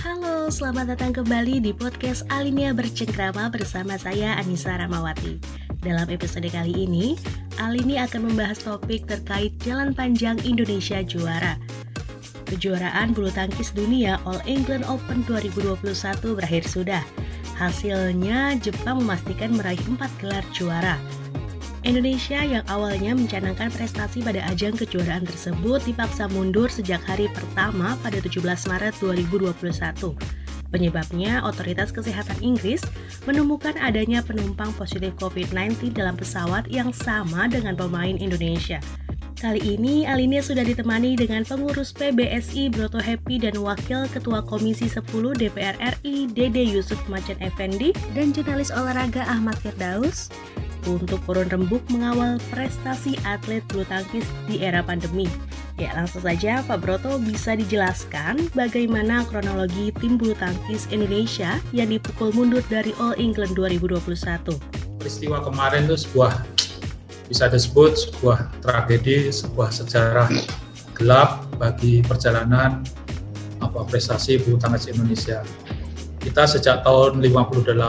Halo, selamat datang kembali di podcast Alinea Bercengkrama bersama saya Anissa Ramawati. Dalam episode kali ini, Alinea akan membahas topik terkait Jalan Panjang Indonesia Juara. Kejuaraan bulu tangkis dunia All England Open 2021 berakhir sudah. Hasilnya Jepang memastikan meraih 4 gelar juara. Indonesia yang awalnya mencanangkan prestasi pada ajang kejuaraan tersebut dipaksa mundur sejak hari pertama pada 17 Maret 2021. Penyebabnya, otoritas kesehatan Inggris menemukan adanya penumpang positif COVID-19 dalam pesawat yang sama dengan pemain Indonesia. Kali ini, Alinea sudah ditemani dengan pengurus PBSI Broto Happy dan Wakil Ketua Komisi 10 DPR RI Dede Yusuf Macan Effendi dan jurnalis olahraga Ahmad Firdaus untuk turun rembuk mengawal prestasi atlet bulu tangkis di era pandemi. Ya, langsung saja Pak Broto, bisa dijelaskan bagaimana kronologi tim bulu tangkis Indonesia yang dipukul mundur dari All England 2021? Peristiwa kemarin itu bisa disebut sebuah tragedi, sebuah sejarah gelap bagi perjalanan prestasi bulu tangkis Indonesia. Kita sejak tahun 59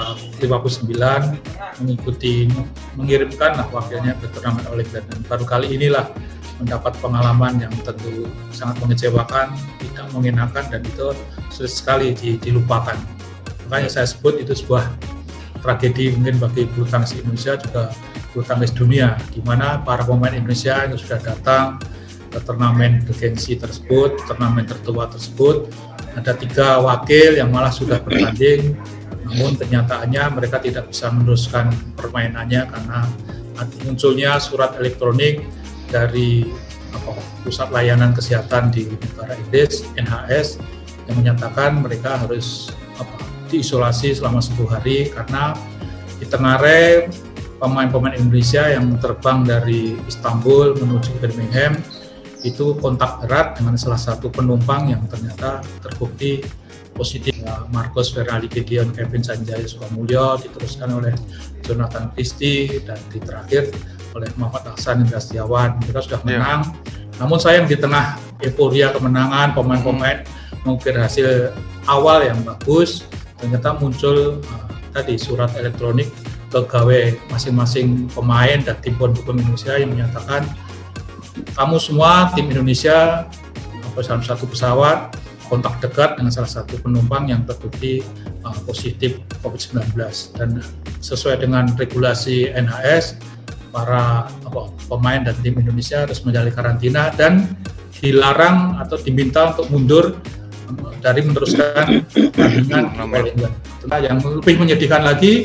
mengirimkan wakilnya ke turnamen All England, dan baru kali inilah mendapat pengalaman yang tentu sangat mengecewakan, tidak mengenakan, dan itu sulit sekali dilupakan. Makanya saya sebut itu sebuah tragedi mungkin bagi bulu tangkis Indonesia, juga bulu tangkis dunia, di mana para pemain Indonesia yang sudah datang ke turnamen bergengsi tersebut, turnamen tertua tersebut. Ada 3 wakil yang malah sudah bertanding, namun kenyataannya mereka tidak bisa meneruskan permainannya karena munculnya surat elektronik dari Pusat Layanan Kesehatan di negara Inggris, NHS, yang menyatakan mereka harus diisolasi selama 10 hari karena di Tengare pemain-pemain Indonesia yang terbang dari Istanbul menuju Birmingham itu kontak erat dengan salah satu penumpang yang ternyata terbukti positif. Marcus Fernaldi Gideon, Kevin Sanjaya Sukamulyo, diteruskan oleh Jonathan Christie, dan terakhir oleh Muhammad Ahsan Indra Setiawan. Mereka sudah menang, namun sayang di tengah euforia kemenangan, pemain-pemain mengukir hasil awal yang bagus, ternyata muncul tadi surat elektronik ke gawe masing-masing pemain dan tim pon hukum Indonesia yang menyatakan kamu semua tim Indonesia dalam satu pesawat kontak dekat dengan salah satu penumpang yang terbukti positif COVID-19, dan sesuai dengan regulasi NHS para pemain dan tim Indonesia harus menjalani karantina dan dilarang atau diminta untuk mundur dari meneruskan pertandingan. Yang lebih menyedihkan lagi,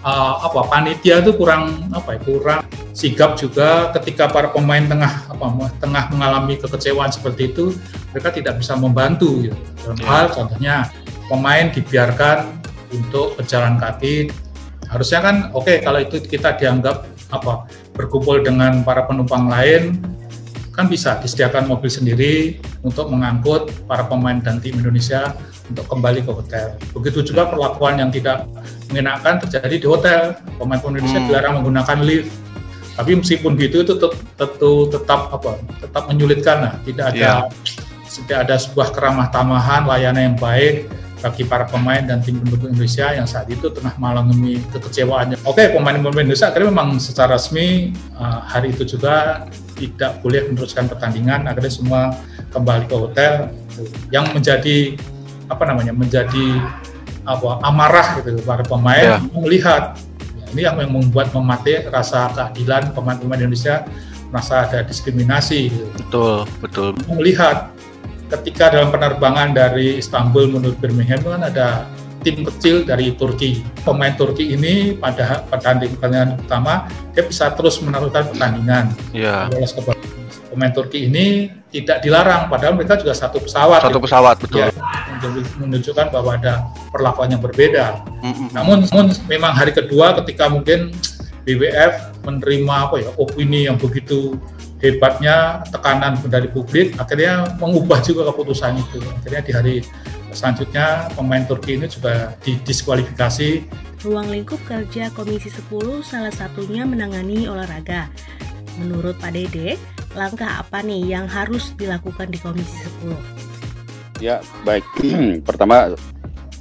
panitia itu kurang sigap juga ketika para pemain tengah mengalami kekecewaan seperti itu, mereka tidak bisa membantu gitu. Dalam hal contohnya pemain dibiarkan untuk berjalan kaki, harusnya kan kalau itu kita dianggap berkumpul dengan para penumpang lain, kan bisa disediakan mobil sendiri untuk mengangkut para pemain dan tim Indonesia untuk kembali ke hotel. Begitu juga perlakuan yang tidak mengenakan terjadi di hotel. Pemain Indonesia dilarang menggunakan lift. Tapi meskipun gitu itu tetap menyulitkan. Tidak ada sebuah keramah tamahan, layanan yang baik bagi para pemain dan tim pendukung Indonesia yang saat itu tengah mengalami kekecewaannya. Pemain-pemain Indonesia akhirnya memang secara resmi hari itu juga tidak boleh meneruskan pertandingan, akhirnya semua kembali ke hotel. Yang menjadi amarah gitu para pemain melihat ini yang membuat memati rasa keadilan pemain-pemain Indonesia, merasa ada diskriminasi gitu. Betul. Melihat ketika dalam penerbangan dari Istanbul menuju Birmingham kan ada tim kecil dari Turki. Pemain Turki ini pada pertandingan pertama dia bisa terus meneruskan pertandingan. Pemain Turki ini tidak dilarang, padahal mereka juga satu pesawat. Betul. Menunjukkan bahwa ada perlakuan yang berbeda. Namun memang hari kedua ketika mungkin BWF menerima opini yang begitu hebatnya, tekanan dari publik, akhirnya mengubah juga keputusan itu. Akhirnya di hari selanjutnya pemain Turki ini juga didiskualifikasi. Ruang lingkup kerja Komisi 10 salah satunya menangani olahraga. Menurut Pak Dede, langkah apa nih yang harus dilakukan di Komisi 10? Ya, baik. Pertama,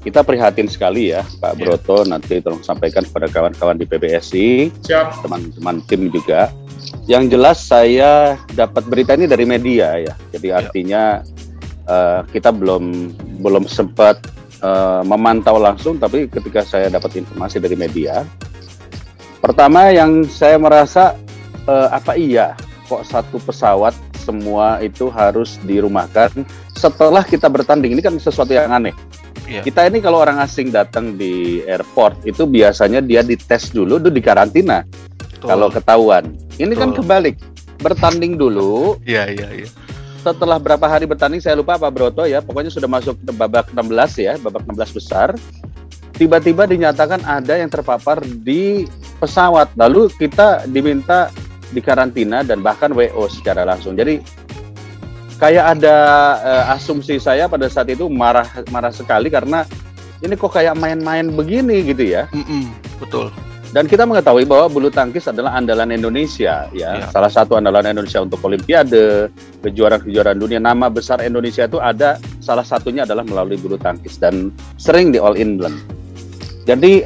kita prihatin sekali ya, Pak Broto, nanti tolong sampaikan kepada kawan-kawan di PBSI, teman-teman tim juga. Yang jelas saya dapat berita ini dari media ya, jadi artinya kita belum sempat memantau langsung, tapi ketika saya dapat informasi dari media, pertama yang saya merasa apa iya kok satu pesawat semua itu harus dirumahkan setelah kita bertanding, ini kan sesuatu yang aneh. Kita ini kalau orang asing datang di airport itu biasanya dia dites dulu, itu dikarantina. Kalau ketahuan. Ini kan kebalik, bertanding dulu. Iya. Setelah berapa hari bertanding, saya lupa Pak Broto ya, pokoknya sudah masuk ke babak 16 ya, babak 16 besar. Tiba-tiba dinyatakan ada yang terpapar di pesawat. Lalu kita diminta dikarantina dan bahkan WO secara langsung. Jadi kayak ada asumsi saya pada saat itu marah sekali karena ini kok kayak main-main begini gitu ya. Betul. Dan kita mengetahui bahwa bulu tangkis adalah andalan Indonesia ya. Salah satu andalan Indonesia untuk Olimpiade, kejuaraan dunia. Nama besar Indonesia itu ada, salah satunya adalah melalui bulu tangkis dan sering di All England. Jadi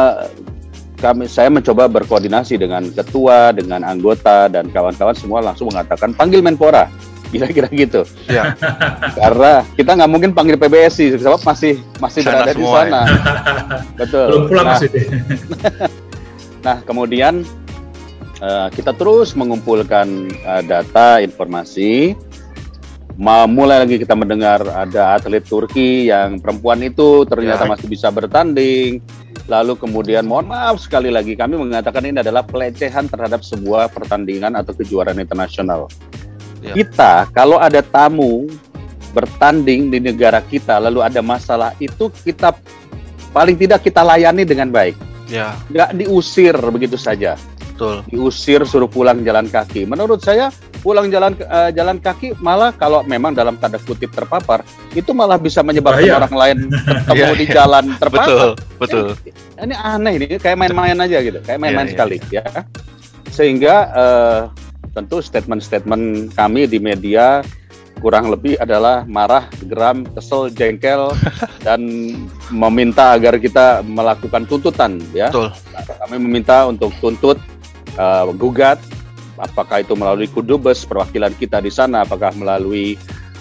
saya mencoba berkoordinasi dengan ketua, dengan anggota dan kawan-kawan semua langsung mengatakan panggil Menpora. Kira-kira gitu. Ya. Karena kita nggak mungkin panggil PBSI, sebab masih berada di sana. Betul. Belum pulang masih. Nah, kemudian kita terus mengumpulkan data, informasi. Mulai lagi kita mendengar ada atlet Turki yang perempuan itu ternyata masih bisa bertanding. Lalu kemudian mohon maaf sekali lagi kami mengatakan ini adalah pelecehan terhadap sebuah pertandingan atau kejuaraan internasional. Kita kalau ada tamu bertanding di negara kita lalu ada masalah itu kita paling tidak kita layani dengan baik. Nggak diusir begitu saja. Betul. Diusir suruh pulang jalan kaki. Menurut saya pulang jalan kaki malah kalau memang dalam tanda kutip terpapar itu malah bisa menyebabkan orang lain ketemu di jalan terpapar. Betul. Ini aneh ini kayak main-main aja gitu. Kayak main-main sekali ya. Sehingga tentu statement-statement kami di media kurang lebih adalah marah, geram, kesel, jengkel, dan meminta agar kita melakukan tuntutan. Ya. Betul. Kami meminta untuk tuntut, gugat, apakah itu melalui Kudubes, perwakilan kita di sana, apakah melalui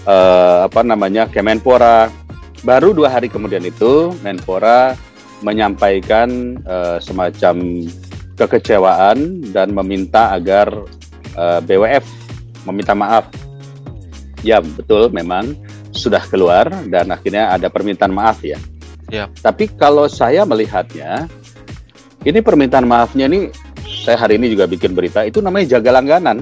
Kemenpora. Baru 2 hari kemudian itu, Menpora menyampaikan semacam kekecewaan dan meminta agar BWF meminta maaf. Ya betul, memang sudah keluar dan akhirnya ada permintaan maaf ya. Tapi kalau saya melihatnya, ini permintaan maafnya ini, saya hari ini juga bikin berita, itu namanya jaga langganan.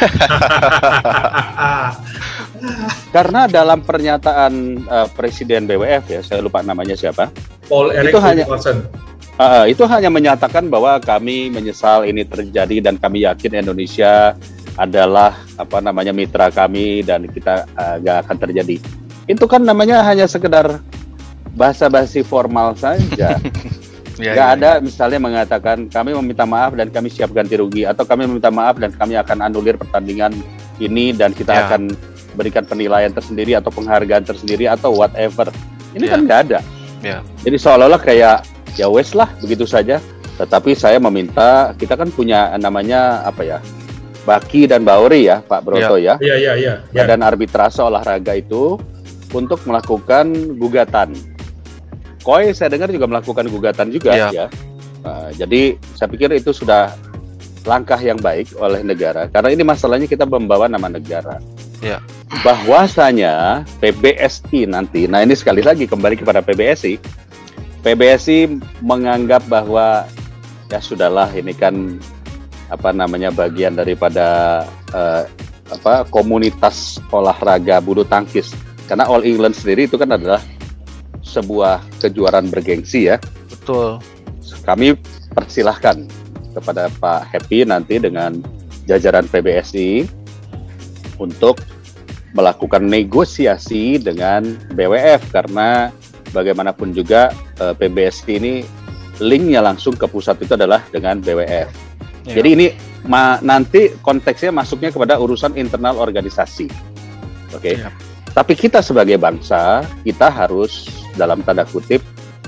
Karena dalam pernyataan Presiden BWF ya, saya lupa namanya siapa, Paul Erik Wilson. Itu hanya menyatakan bahwa kami menyesal ini terjadi dan kami yakin Indonesia adalah mitra kami dan kita nggak akan terjadi. Itu kan namanya hanya sekedar basa-basi formal saja. Nggak ada misalnya mengatakan kami meminta maaf dan kami siap ganti rugi, atau kami meminta maaf dan kami akan anulir pertandingan ini dan kita akan berikan penilaian tersendiri atau penghargaan tersendiri atau whatever. Ini kan nggak ada. Jadi seolah-olah kayak ya wes lah begitu saja. Tetapi saya meminta, kita kan punya namanya Baki dan Bauri ya Pak Broto ya. Badan arbitrase olahraga itu untuk melakukan gugatan. KOI saya dengar juga melakukan gugatan juga ya. Jadi saya pikir itu sudah langkah yang baik oleh negara, karena ini masalahnya kita membawa nama negara. Bahwasanya PBSI nanti, nah ini sekali lagi kembali kepada PBSI menganggap bahwa ya sudahlah, ini kan bagian daripada komunitas olahraga bulu tangkis, karena All England sendiri itu kan adalah sebuah kejuaraan bergengsi ya. Betul. Kami persilahkan kepada Pak Happy nanti dengan jajaran PBSI untuk melakukan negosiasi dengan BWF, karena bagaimanapun juga PBSI ini linknya langsung ke pusat itu adalah dengan BWF. Jadi ini nanti konteksnya masuknya kepada urusan internal organisasi. Tapi kita sebagai bangsa, kita harus dalam tanda kutip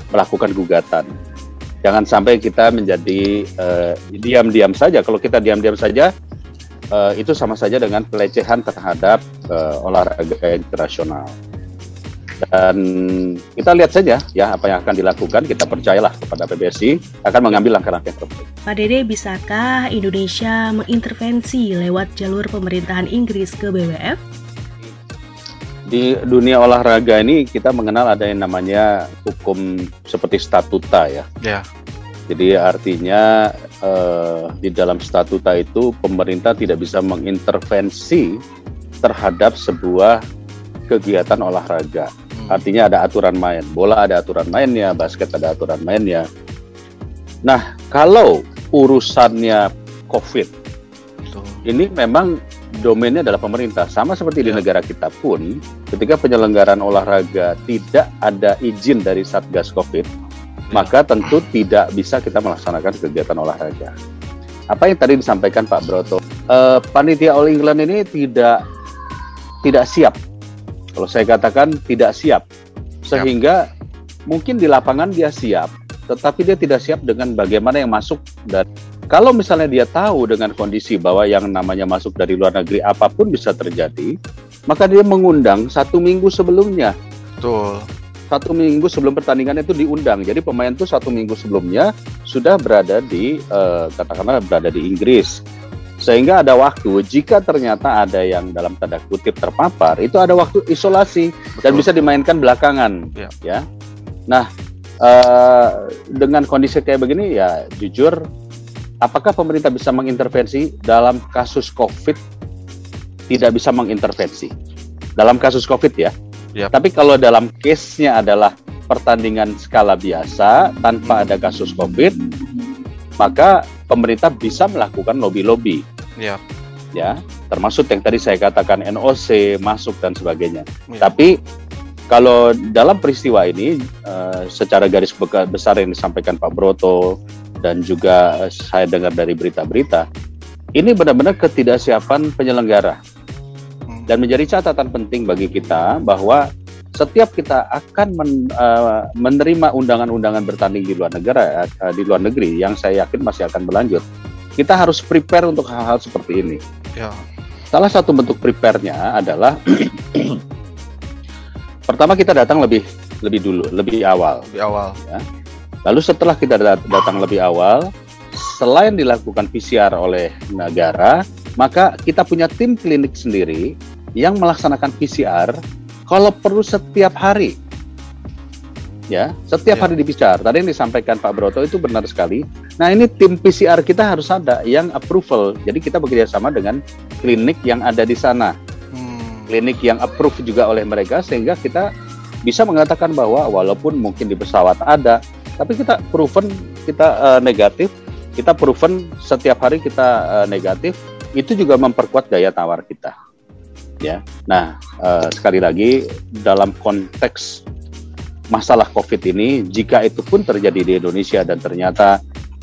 melakukan gugatan. Jangan sampai kita menjadi diam-diam saja. Kalau kita diam-diam saja, itu sama saja dengan pelecehan terhadap olahraga internasional. Dan kita lihat saja ya apa yang akan dilakukan. Kita percayalah kepada PBSI akan mengambil langkah-langkah yang terbaik. Pak Dede, bisakah Indonesia mengintervensi lewat jalur pemerintahan Inggris ke BWF? Di dunia olahraga ini kita mengenal ada yang namanya hukum seperti statuta ya. Ya. Jadi artinya di dalam statuta itu pemerintah tidak bisa mengintervensi terhadap sebuah kegiatan olahraga. Artinya ada aturan main, bola ada aturan mainnya, basket ada aturan mainnya. Nah, kalau urusannya COVID, ini memang domainnya adalah pemerintah. Sama seperti di negara kita pun, ketika penyelenggaraan olahraga tidak ada izin dari Satgas COVID, maka tentu tidak bisa kita melaksanakan kegiatan olahraga. Apa yang tadi disampaikan Pak Broto, panitia All England ini tidak siap. Kalau saya katakan tidak siap, sehingga mungkin di lapangan dia siap, tetapi dia tidak siap dengan bagaimana yang masuk. Dan kalau misalnya dia tahu dengan kondisi bahwa yang namanya masuk dari luar negeri apapun bisa terjadi, maka dia mengundang 1 minggu sebelumnya. Betul. 1 minggu sebelum pertandingan itu diundang. Jadi pemain itu 1 minggu sebelumnya sudah berada di katakanlah berada di Inggris. Sehingga ada waktu, jika ternyata ada yang dalam tanda kutip terpapar, itu ada waktu isolasi. Betul. Dan bisa dimainkan belakangan. Ya. Nah, dengan kondisi kayak begini ya jujur, apakah pemerintah bisa mengintervensi dalam kasus COVID? Tidak bisa mengintervensi dalam kasus COVID ya. Tapi kalau dalam case-nya adalah pertandingan skala biasa tanpa ada kasus COVID, maka pemerintah bisa melakukan lobby-lobby. Ya, termasuk yang tadi saya katakan NOC masuk dan sebagainya. Tapi kalau dalam peristiwa ini secara garis besar yang disampaikan Pak Broto dan juga saya dengar dari berita-berita, ini benar-benar ketidaksiapan penyelenggara. Dan menjadi catatan penting bagi kita bahwa setiap kita akan menerima undangan-undangan bertanding di luar negeri yang saya yakin masih akan berlanjut, kita harus prepare untuk hal-hal seperti ini. Salah satu bentuk prepare-nya adalah pertama kita datang lebih awal. Ya. Lalu setelah kita datang lebih awal, selain dilakukan PCR oleh negara, maka kita punya tim klinik sendiri yang melaksanakan PCR kalau perlu setiap hari. Ya, setiap hari di-PCR. Tadi yang disampaikan Pak Broto itu benar sekali. Nah, ini tim PCR kita harus ada yang approval. Jadi kita bekerja sama dengan klinik yang ada di sana. Klinik yang approve juga oleh mereka, sehingga kita bisa mengatakan bahwa walaupun mungkin di pesawat ada, tapi kita proven kita negatif, kita proven setiap hari kita negatif, itu juga memperkuat daya tawar kita. Ya. Nah, sekali lagi dalam konteks masalah COVID ini, jika itu pun terjadi di Indonesia dan ternyata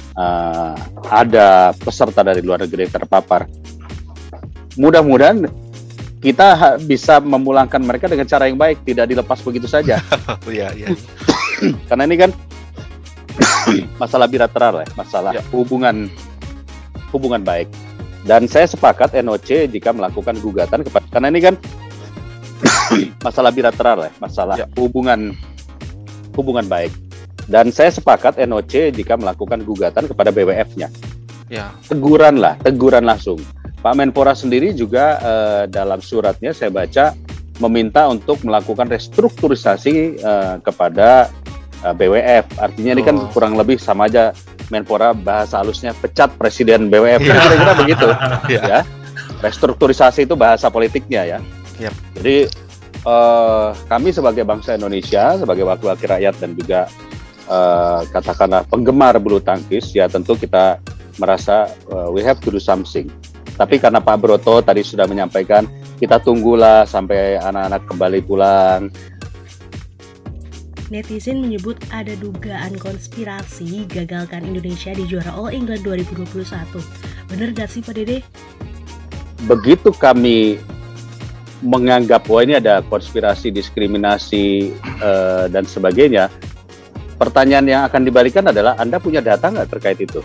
ada peserta dari luar negeri terpapar, mudah-mudahan kita bisa memulangkan mereka dengan cara yang baik, tidak dilepas begitu saja. Karena ini kan masalah bilateral ya, masalah hubungan baik. Dan saya sepakat NOC jika melakukan gugatan kepada, karena ini kan masalah bilateral ya, masalah hubungan baik. Dan saya sepakat NOC jika melakukan gugatan kepada BWF-nya. Teguran langsung. Pak Menpora sendiri juga dalam suratnya saya baca meminta untuk melakukan restrukturisasi kepada BWF. Artinya ini kan kurang lebih sama aja, Menpora bahasa halusnya pecat presiden BWF. Kira-kira begitu. Ya. Restrukturisasi itu bahasa politiknya ya. Jadi kami sebagai bangsa Indonesia, sebagai wakil-wakil rakyat dan juga katakanlah penggemar bulu tangkis, ya tentu kita merasa we have to do something. Tapi karena Pak Broto tadi sudah menyampaikan, kita tunggulah sampai anak-anak kembali pulang. Netizen menyebut ada dugaan konspirasi gagalkan Indonesia di juara All England 2021. Benar gak sih Pak Dede? Begitu kami menganggap bahwa ini ada konspirasi, diskriminasi dan sebagainya, Pertanyaan yang akan dibalikan adalah Anda punya data nggak terkait itu?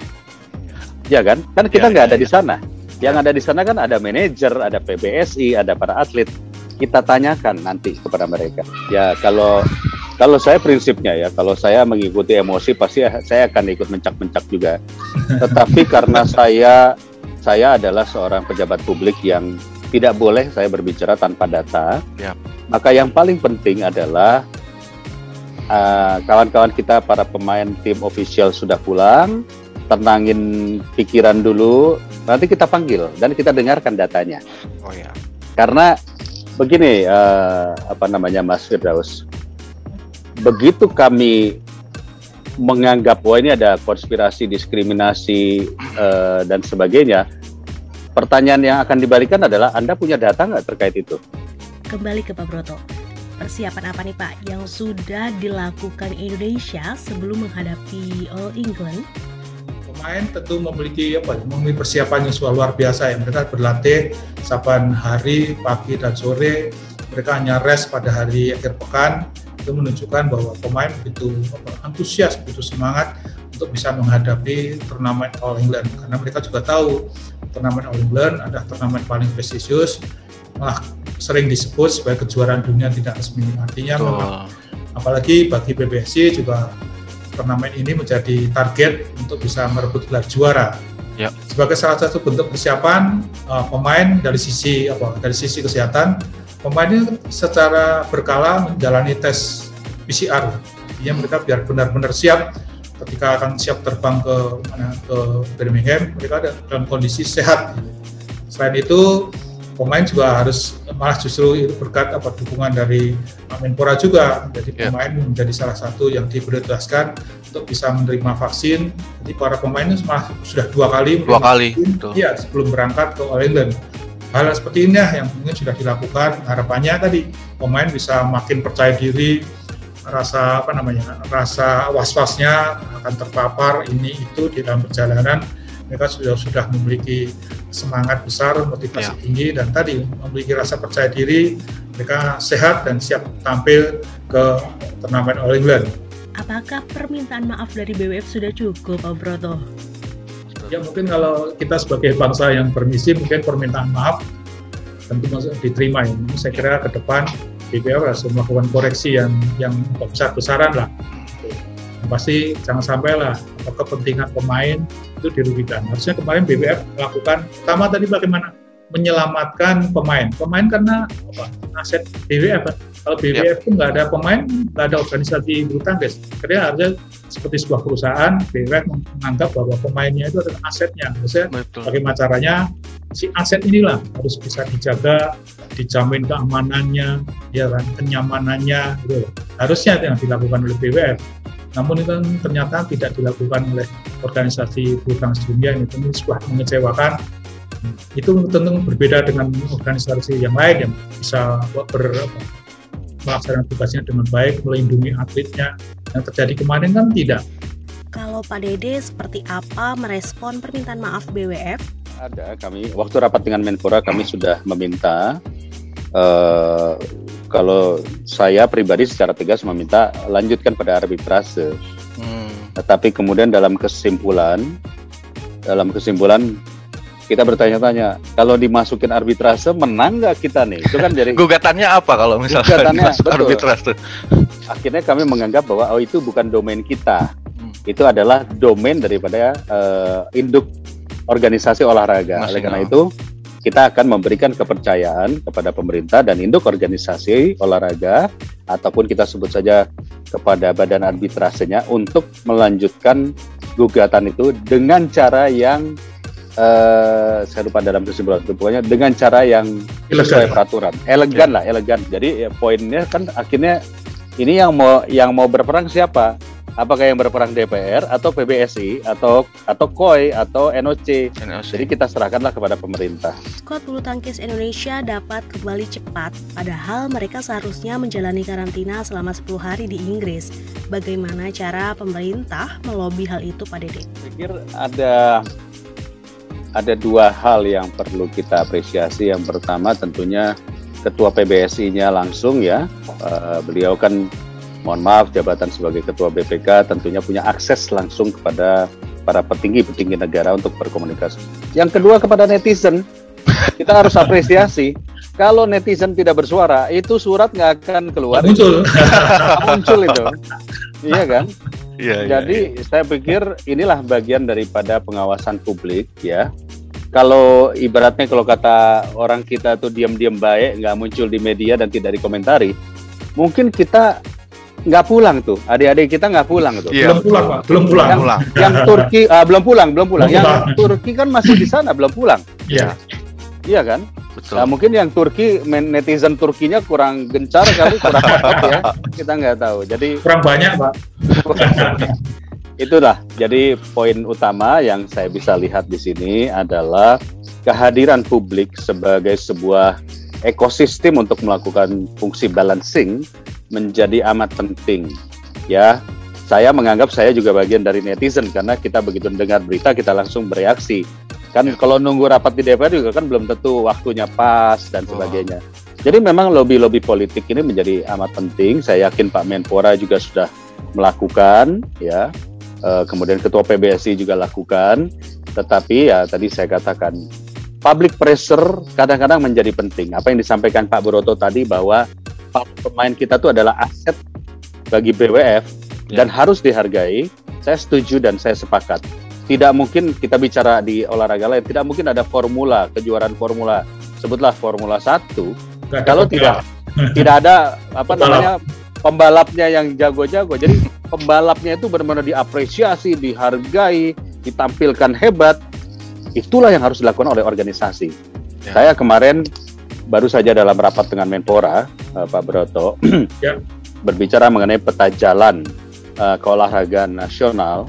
Ya kan? Kan kita nggak ada di sana. Yang ada di sana kan ada manajer, ada PBSI, ada para atlet. Kita tanyakan nanti kepada mereka. Ya kalau saya prinsipnya ya, kalau saya mengikuti emosi pasti saya akan ikut mencak-mencak juga. Tetapi karena saya adalah seorang pejabat publik yang tidak boleh saya berbicara tanpa data. Yep. Maka yang paling penting adalah kawan-kawan kita, para pemain tim official sudah pulang, tenangin pikiran dulu, nanti kita panggil dan kita dengarkan datanya. Oh ya. Karena begini, Mas Firdaus, begitu kami menganggap bahwa ini ada konspirasi, diskriminasi dan sebagainya, pertanyaan yang akan dibalikan adalah Anda punya data nggak terkait itu? Kembali ke Pak Broto, persiapan apa nih Pak yang sudah dilakukan Indonesia sebelum menghadapi All England? Pemain tentu memiliki persiapan yang luar biasa ya. Mereka berlatih saban hari, pagi dan sore. Mereka hanya rest pada hari akhir pekan. Itu menunjukkan bahwa pemain begitu antusias, begitu semangat untuk bisa menghadapi turnamen All England. Karena mereka juga tahu turnamen All England adalah turnamen paling prestisius, malah sering disebut sebagai kejuaraan dunia tidak resmi. Artinya memang, apalagi bagi PBSI juga turnamen ini menjadi target untuk bisa merebut gelar juara. Ya. Sebagai salah satu bentuk persiapan pemain dari sisi kesehatan, pemain ini secara berkala menjalani tes PCR. Artinya mereka biar benar-benar siap ketika akan siap terbang ke Birmingham, mereka dalam kondisi sehat. Selain itu, pemain juga harus malah justru itu berkat dukungan dari Menpora juga. Jadi pemain menjadi salah satu yang diprioritaskan untuk bisa menerima vaksin. Jadi para pemain itu malah sudah dua kali ya, sebelum berangkat ke All England. Hal seperti ini yang mungkin sudah dilakukan. Harapannya tadi pemain bisa makin percaya diri, rasa was-wasnya akan terpapar ini itu di dalam perjalanan. Mereka sudah memiliki semangat besar, motivasi tinggi, dan tadi memiliki rasa percaya diri. Mereka sehat dan siap tampil ke turnamen All England. Apakah permintaan maaf dari BWF sudah cukup, Pak Broto? Ya mungkin kalau kita sebagai bangsa yang permisi, mungkin permintaan maaf tentu masuk diterima. Ini saya kira ke depan BWF harus melakukan koreksi yang besar-besaran lah. Pasti jangan sampai lah kepentingan pemain itu dirugikan. Harusnya kemarin BWF melakukan, pertama tadi bagaimana menyelamatkan pemain karena aset BWF. Kalau BWF itu nggak ada pemain, nggak ada organisasi bulu tangkis. Karena harusnya seperti sebuah perusahaan, BWF menganggap bahwa pemainnya itu adalah asetnya. Harusnya bagaimana caranya si aset inilah harus bisa dijaga, dijamin keamanannya, ya kan, kenyamanannya, gitu. Harusnya yang dilakukan oleh BWF. Namun itu ternyata tidak dilakukan oleh organisasi bulu tangkis dunia. Ini tentu sebuah mengecewakan. Itu tentu berbeda dengan organisasi yang lain yang bisa melaksanakan tugasnya dengan baik, melindungi atletnya. Yang terjadi kemarin kan tidak. Kalau Pak Dede seperti apa merespon permintaan maaf BWF? Ada, kami waktu rapat dengan Menpora kami sudah meminta. Kalau saya pribadi secara tegas meminta lanjutkan pada arbitrase. Tetapi kemudian dalam kesimpulan kita bertanya-tanya, kalau dimasukin arbitrase menang nggak kita nih? Itu kan jadi gugatannya apa kalau misalnya masuk arbitrase? Akhirnya kami menganggap bahwa itu bukan domain kita. Itu adalah domain daripada induk organisasi olahraga. Oleh karena itu kita akan memberikan kepercayaan kepada pemerintah dan induk organisasi olahraga ataupun kita sebut saja kepada badan arbitrasenya untuk melanjutkan gugatan itu dengan cara yang saya lupa dalam kesimpulan itu, pokoknya dengan cara yang sesuai peraturan, elegan. Jadi poinnya kan akhirnya ini yang mau berperang siapa? Apakah yang berperang DPR atau PBSI atau KOI atau NOC? Jadi kita serahkanlah kepada pemerintah. Skuad bulu tangkis Indonesia dapat kembali cepat, padahal mereka seharusnya menjalani karantina selama 10 hari di Inggris. Bagaimana cara pemerintah melobi hal itu, Pak Dede? Saya pikir ada dua hal yang perlu kita apresiasi. Yang pertama tentunya Ketua PBSI-nya langsung ya, beliau kan mohon maaf, jabatan sebagai Ketua BPK tentunya punya akses langsung kepada para petinggi-petinggi negara untuk berkomunikasi. Yang kedua, kepada netizen, kita harus apresiasi. Kalau netizen tidak bersuara, itu surat nggak akan keluar. Muncul itu. Iya kan? Jadi saya pikir inilah bagian daripada pengawasan publik ya. Kalau ibaratnya kalau kata orang kita tuh diam-diam baik, nggak muncul di media dan tidak dikomentari, mungkin kita nggak pulang tuh, adik-adik kita nggak pulang tuh. Belum pulang, Pak. Belum pulang. Yang Turki belum pulang. Yang Turki kan masih di sana belum pulang. Iya kan? Betul. Nah, mungkin yang Turki netizen Turkinya kurang gencar kali, kurang cepat ya. Kita nggak tahu. Jadi kurang banyak, Pak. Itulah. Jadi poin utama yang saya bisa lihat di sini adalah kehadiran publik sebagai sebuah ekosistem untuk melakukan fungsi balancing menjadi amat penting. Ya, saya menganggap saya juga bagian dari netizen karena kita begitu dengar berita kita langsung bereaksi. Kan kalau nunggu rapat di DPR juga kan belum tentu waktunya pas dan sebagainya. Jadi memang lobby-lobby politik ini menjadi amat penting. Saya yakin Pak Menpora juga sudah melakukan, ya. Kemudian Ketua PBSI juga lakukan. Tetapi ya tadi saya katakan public pressure kadang-kadang menjadi penting. Apa yang disampaikan Pak Broto tadi bahwa pemain kita itu adalah aset bagi BWF dan harus dihargai. Saya setuju dan saya sepakat. Tidak mungkin kita bicara di olahraga lain, tidak mungkin ada formula, kejuaraan formula, sebutlah Formula 1, kalau tidak ada pembalapnya yang jago-jago. Jadi pembalapnya itu benar-benar diapresiasi, dihargai, ditampilkan hebat. Itulah yang harus dilakukan oleh organisasi. Saya kemarin baru saja dalam rapat dengan Menpora, Pak Broto, berbicara mengenai peta jalan keolahragaan nasional.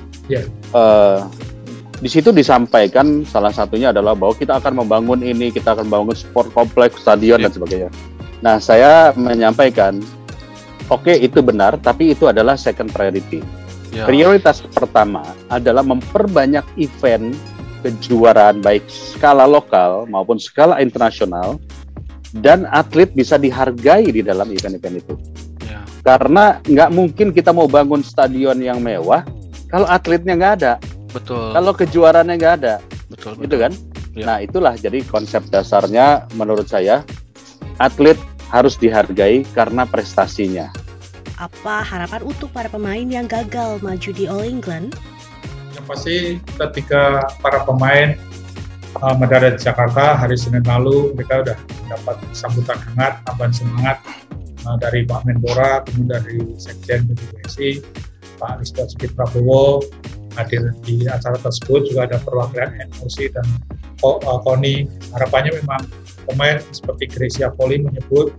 Di situ disampaikan salah satunya adalah bahwa kita akan membangun ini, kita akan membangun sport kompleks, stadion dan sebagainya. Nah, saya menyampaikan, oke, itu benar, tapi itu adalah second priority. Prioritas pertama adalah memperbanyak event kejuaraan baik skala lokal maupun skala internasional dan atlet bisa dihargai di dalam event-event itu. Karena nggak mungkin kita mau bangun stadion yang mewah kalau atletnya nggak ada. Betul. Kalau kejuaraannya nggak ada. Betul. Gitu kan? Nah, itulah jadi konsep dasarnya menurut saya, atlet harus dihargai karena prestasinya. Apa harapan untuk para pemain yang gagal maju di All England? Yang pasti ketika para pemain mendarat di Jakarta hari Senin lalu, mereka sudah mendapat sambutan hangat, tambahan semangat dari Pak Menpora, kemudian dari Sekjen PBSI, Pak Listo Sigit Prabowo. Hadir di acara tersebut juga ada perwakilan NOC dan KONI. Harapannya memang pemain seperti Grecia Poli menyebut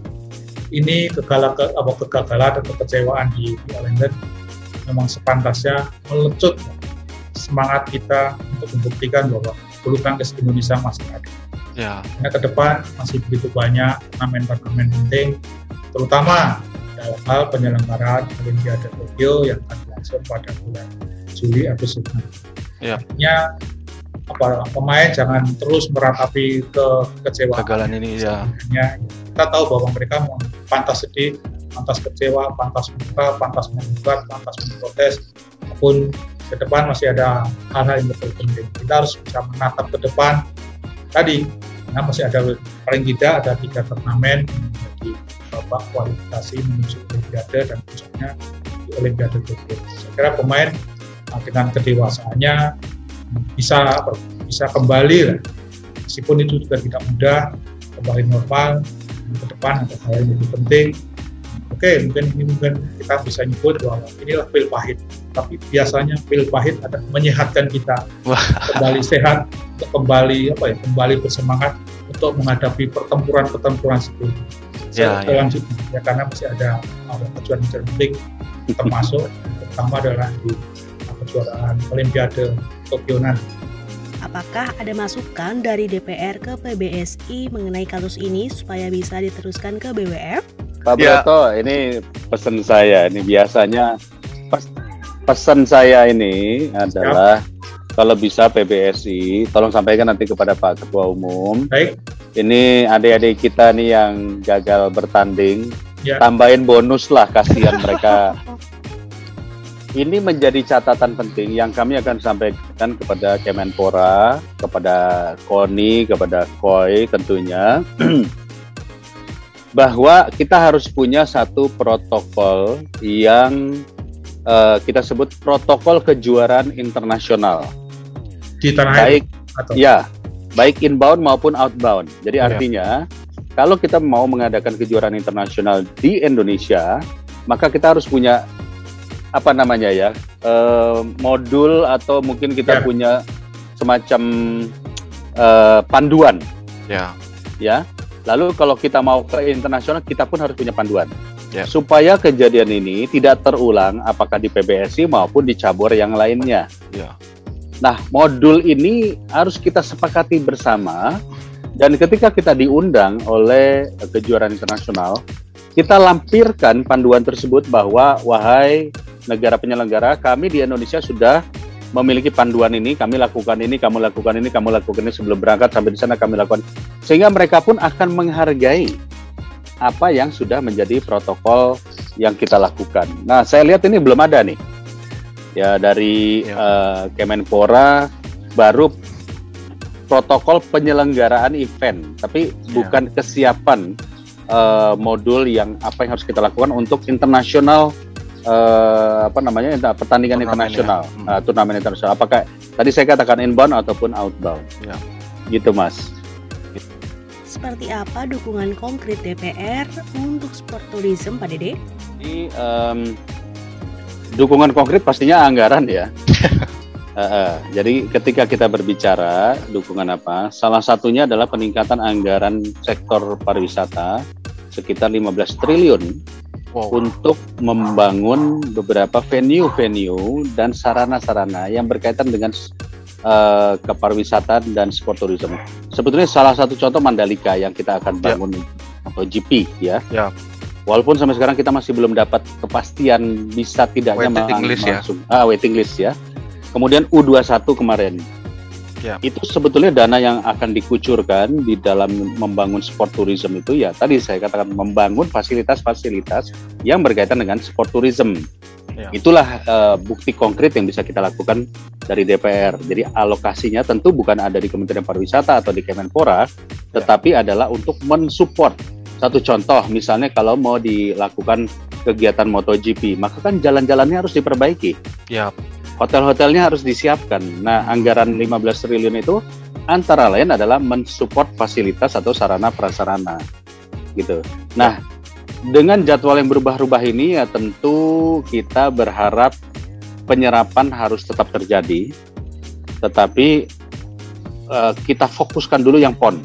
ini kegagalan atau kekecewaan di All England memang sepantasnya melecut semangat kita untuk membuktikan bahwa bulu tangkis Indonesia masih ada. Karena ke depan masih begitu banyak turnamen-turnamen penting, terutama dalam hal penyelenggaraan Olimpiade Tokyo yang akan berlangsung pada bulan Juli Agustus nanti. Artinya pemain jangan terus meratapi kekecewaan. Kegagalan ini kita tahu bahwa mereka pantas sedih, pantas kecewa, pantas murka, pantas menggugat, pantas memprotes, maupun ke depan masih ada hal-hal yang lebih penting. Kita harus bisa menatap ke depan tadi, karena masih ada paling tidak ada 3 turnamen di babak kualifikasi menuju Olimpiade dan puncaknya di Olimpiade Tokyo. Saya kira pemain dengan kedewasaannya bisa kembali lah. Meskipun itu juga tidak mudah, kembali normal ke depan ada hal yang lebih penting. Mungkin kita bisa nyebut bahwa inilah pil pahit, tapi biasanya pil pahit ada menyehatkan kita kembali sehat, untuk kembali bersemangat untuk menghadapi pertempuran sebelumnya. Karena masih ada kejuaraan penting, termasuk pertama adalah di kejuaraan Olimpiade Tokyo nanti. Apakah ada masukan dari DPR ke PBSI mengenai kasus ini supaya bisa diteruskan ke BWF? Pak Broto, ini pesan saya. Ini biasanya pesan saya ini adalah kalau bisa PBSI, tolong sampaikan nanti kepada Pak Ketua Umum. Baik. Ini adik-adik kita nih yang gagal bertanding, tambahin bonus lah, kasihan mereka. Ini menjadi catatan penting yang kami akan sampaikan kepada Kemenpora, kepada KONI, kepada KOI tentunya, bahwa kita harus punya satu protokol yang kita sebut protokol kejuaraan internasional. Di tanah air? Baik inbound maupun outbound. Jadi artinya, kalau kita mau mengadakan kejuaraan internasional di Indonesia, maka kita harus punya modul atau mungkin kita punya semacam panduan. Ya. Lalu kalau kita mau ke internasional, kita pun harus punya panduan. Supaya kejadian ini tidak terulang apakah di PBSI maupun di cabur yang lainnya. Nah, modul ini harus kita sepakati bersama, dan ketika kita diundang oleh kejuaraan internasional, kita lampirkan panduan tersebut bahwa wahai negara penyelenggara, kami di Indonesia sudah memiliki panduan ini, kami lakukan ini, kamu lakukan ini, kamu lakukan ini sebelum berangkat, sampai di sana kami lakukan. Sehingga mereka pun akan menghargai apa yang sudah menjadi protokol yang kita lakukan. Nah, saya lihat ini belum ada nih. Ya, dari Kemenpora baru protokol penyelenggaraan event, tapi bukan kesiapan modul yang apa yang harus kita lakukan untuk internasional pertandingan internasional, turnamen internasional. Apakah tadi saya katakan inbound ataupun outbound? Gitu, Mas. Seperti apa dukungan konkret DPR untuk sport tourism, Pak Dede? Jadi, dukungan konkret pastinya anggaran ya. Jadi ketika kita berbicara dukungan apa, salah satunya adalah peningkatan anggaran sektor pariwisata sekitar 15 triliun untuk membangun beberapa venue-venue dan sarana-sarana yang berkaitan dengan kepariwisataan dan sport tourism. Sebetulnya salah satu contoh Mandalika yang kita akan bangun atau GP ya. Walaupun sampai sekarang kita masih belum dapat kepastian bisa tidaknya waiting list ya. Kemudian U21 kemarin. Itu sebetulnya dana yang akan dikucurkan di dalam membangun sport tourism itu ya tadi saya katakan membangun fasilitas-fasilitas yang berkaitan dengan sport tourism. Itulah bukti konkret yang bisa kita lakukan dari DPR. Jadi alokasinya tentu bukan ada di Kementerian Pariwisata atau di Kemenpora, tetapi adalah untuk mensupport. Satu contoh misalnya kalau mau dilakukan kegiatan MotoGP, maka kan jalan-jalannya harus diperbaiki. Hotel-hotelnya harus disiapkan. Nah, anggaran 15 triliun itu antara lain adalah mensupport fasilitas atau sarana prasarana. Gitu. Nah, dengan jadwal yang berubah-ubah ini ya tentu kita berharap penyerapan harus tetap terjadi. Tetapi kita fokuskan dulu yang PON.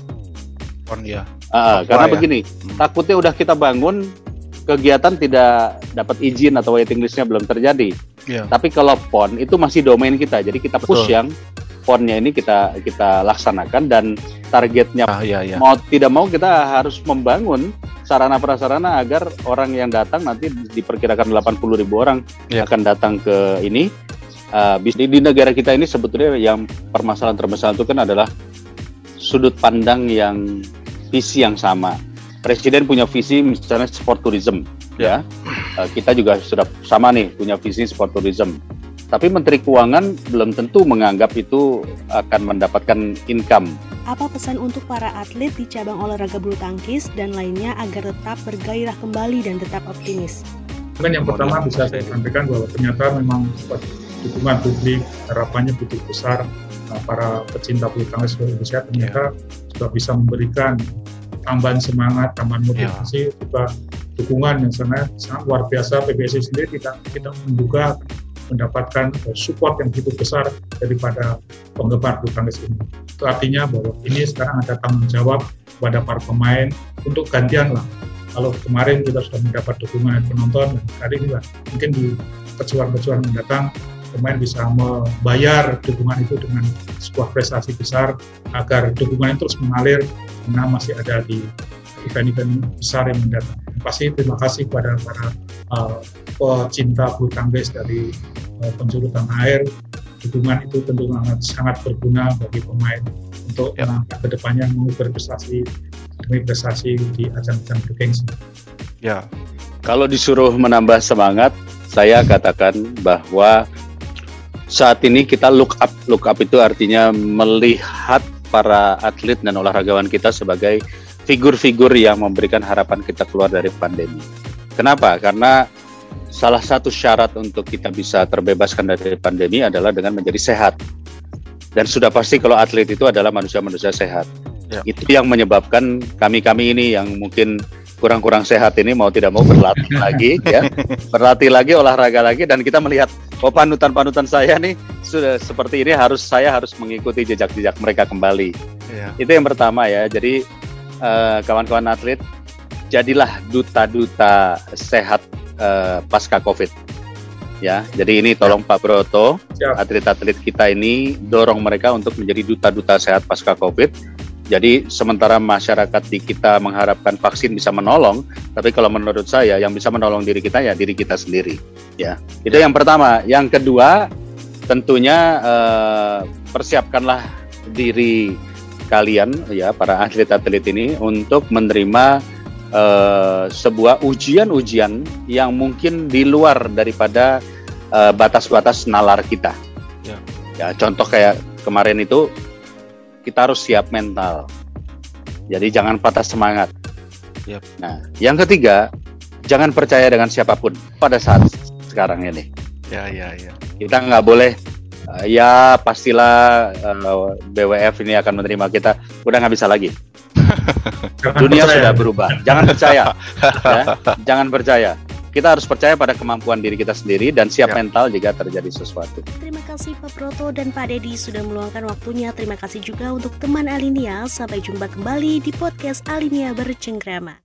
Karena begini, takutnya udah kita bangun kegiatan tidak dapat izin atau waiting list-nya belum terjadi. Tapi kalau PON itu masih domain kita, jadi kita push yang PON-nya ini kita laksanakan dan targetnya mau tidak mau kita harus membangun sarana prasarana agar orang yang datang nanti diperkirakan 80.000 orang akan datang ke ini. Di negara kita ini sebetulnya yang permasalahan terbesar itu kan adalah sudut pandang yang visi yang sama. Presiden punya visi misalnya sport tourism, kita juga sudah sama nih punya visi sport tourism. Tapi Menteri Keuangan belum tentu menganggap itu akan mendapatkan income. Apa pesan untuk para atlet di cabang olahraga bulu tangkis dan lainnya agar tetap bergairah kembali dan tetap optimis? Yang pertama bisa saya sampaikan bahwa ternyata memang dukungan publik harapannya begitu besar. Para pecinta bulu tangkis Indonesia ternyata sudah bisa memberikan tambahan semangat, tambahan motivasi, juga dukungan yang sangat luar biasa. PBSI sendiri kita menduga mendapatkan support yang begitu besar daripada penggemar bulu tangkis ini. Itu artinya bahwa ini sekarang ada tanggung jawab kepada para pemain untuk gantian lah. Kalau kemarin kita sudah mendapat dukungan penonton, dan hari ini lah mungkin di kejuaraan mendatang pemain bisa membayar dukungan itu dengan sebuah prestasi besar agar dukungan itu terus mengalir karena masih ada di event-event besar yang mendatang. Pasti terima kasih kepada para pecinta bulu tangkis dari penjuru tanah air. Dukungan itu tentu sangat berguna bagi pemain untuk melangkah ke depannya mau berprestasi demi prestasi di ajang-ajang bergengsi. Kalau disuruh menambah semangat, saya katakan bahwa saat ini kita look up. Look up itu artinya melihat para atlet dan olahragawan kita sebagai figur-figur yang memberikan harapan kita keluar dari pandemi. Kenapa? Karena salah satu syarat untuk kita bisa terbebaskan dari pandemi adalah dengan menjadi sehat. Dan sudah pasti kalau atlet itu adalah manusia-manusia sehat. Ya. Itu yang menyebabkan kami-kami ini yang mungkin kurang-kurang sehat ini mau tidak mau berlatih lagi, ya, berlatih lagi, olahraga lagi, dan kita melihat, oh panutan-panutan saya nih sudah seperti ini, saya harus mengikuti jejak-jejak mereka kembali. Ya. Itu yang pertama ya. Jadi kawan-kawan atlet, jadilah duta-duta sehat pasca COVID. Ya, jadi ini tolong Pak Broto, atlet-atlet kita ini dorong mereka untuk menjadi duta-duta sehat pasca COVID. Jadi sementara masyarakat di kita mengharapkan vaksin bisa menolong, tapi kalau menurut saya yang bisa menolong diri kita ya diri kita sendiri. Ya, itu yang pertama. Yang kedua, tentunya persiapkanlah diri kalian ya para atlet-atlet ini untuk menerima sebuah ujian-ujian yang mungkin di luar daripada batas-batas nalar kita. Ya, contoh kayak kemarin itu kita harus siap mental. Jadi jangan patah semangat. Nah, yang ketiga, jangan percaya dengan siapapun pada saat sekarang ini. Ya. Kita nggak boleh ya pastilah BWF ini akan menerima kita. Udah nggak bisa lagi. Dunia sudah berubah. Jangan percaya. Ya, jangan percaya. Kita harus percaya pada kemampuan diri kita sendiri dan siap mental jika terjadi sesuatu. Terima kasih Pak Broto dan Pak Dedi sudah meluangkan waktunya. Terima kasih juga untuk teman Alinia. Sampai jumpa kembali di podcast Alinia Bercengkrama.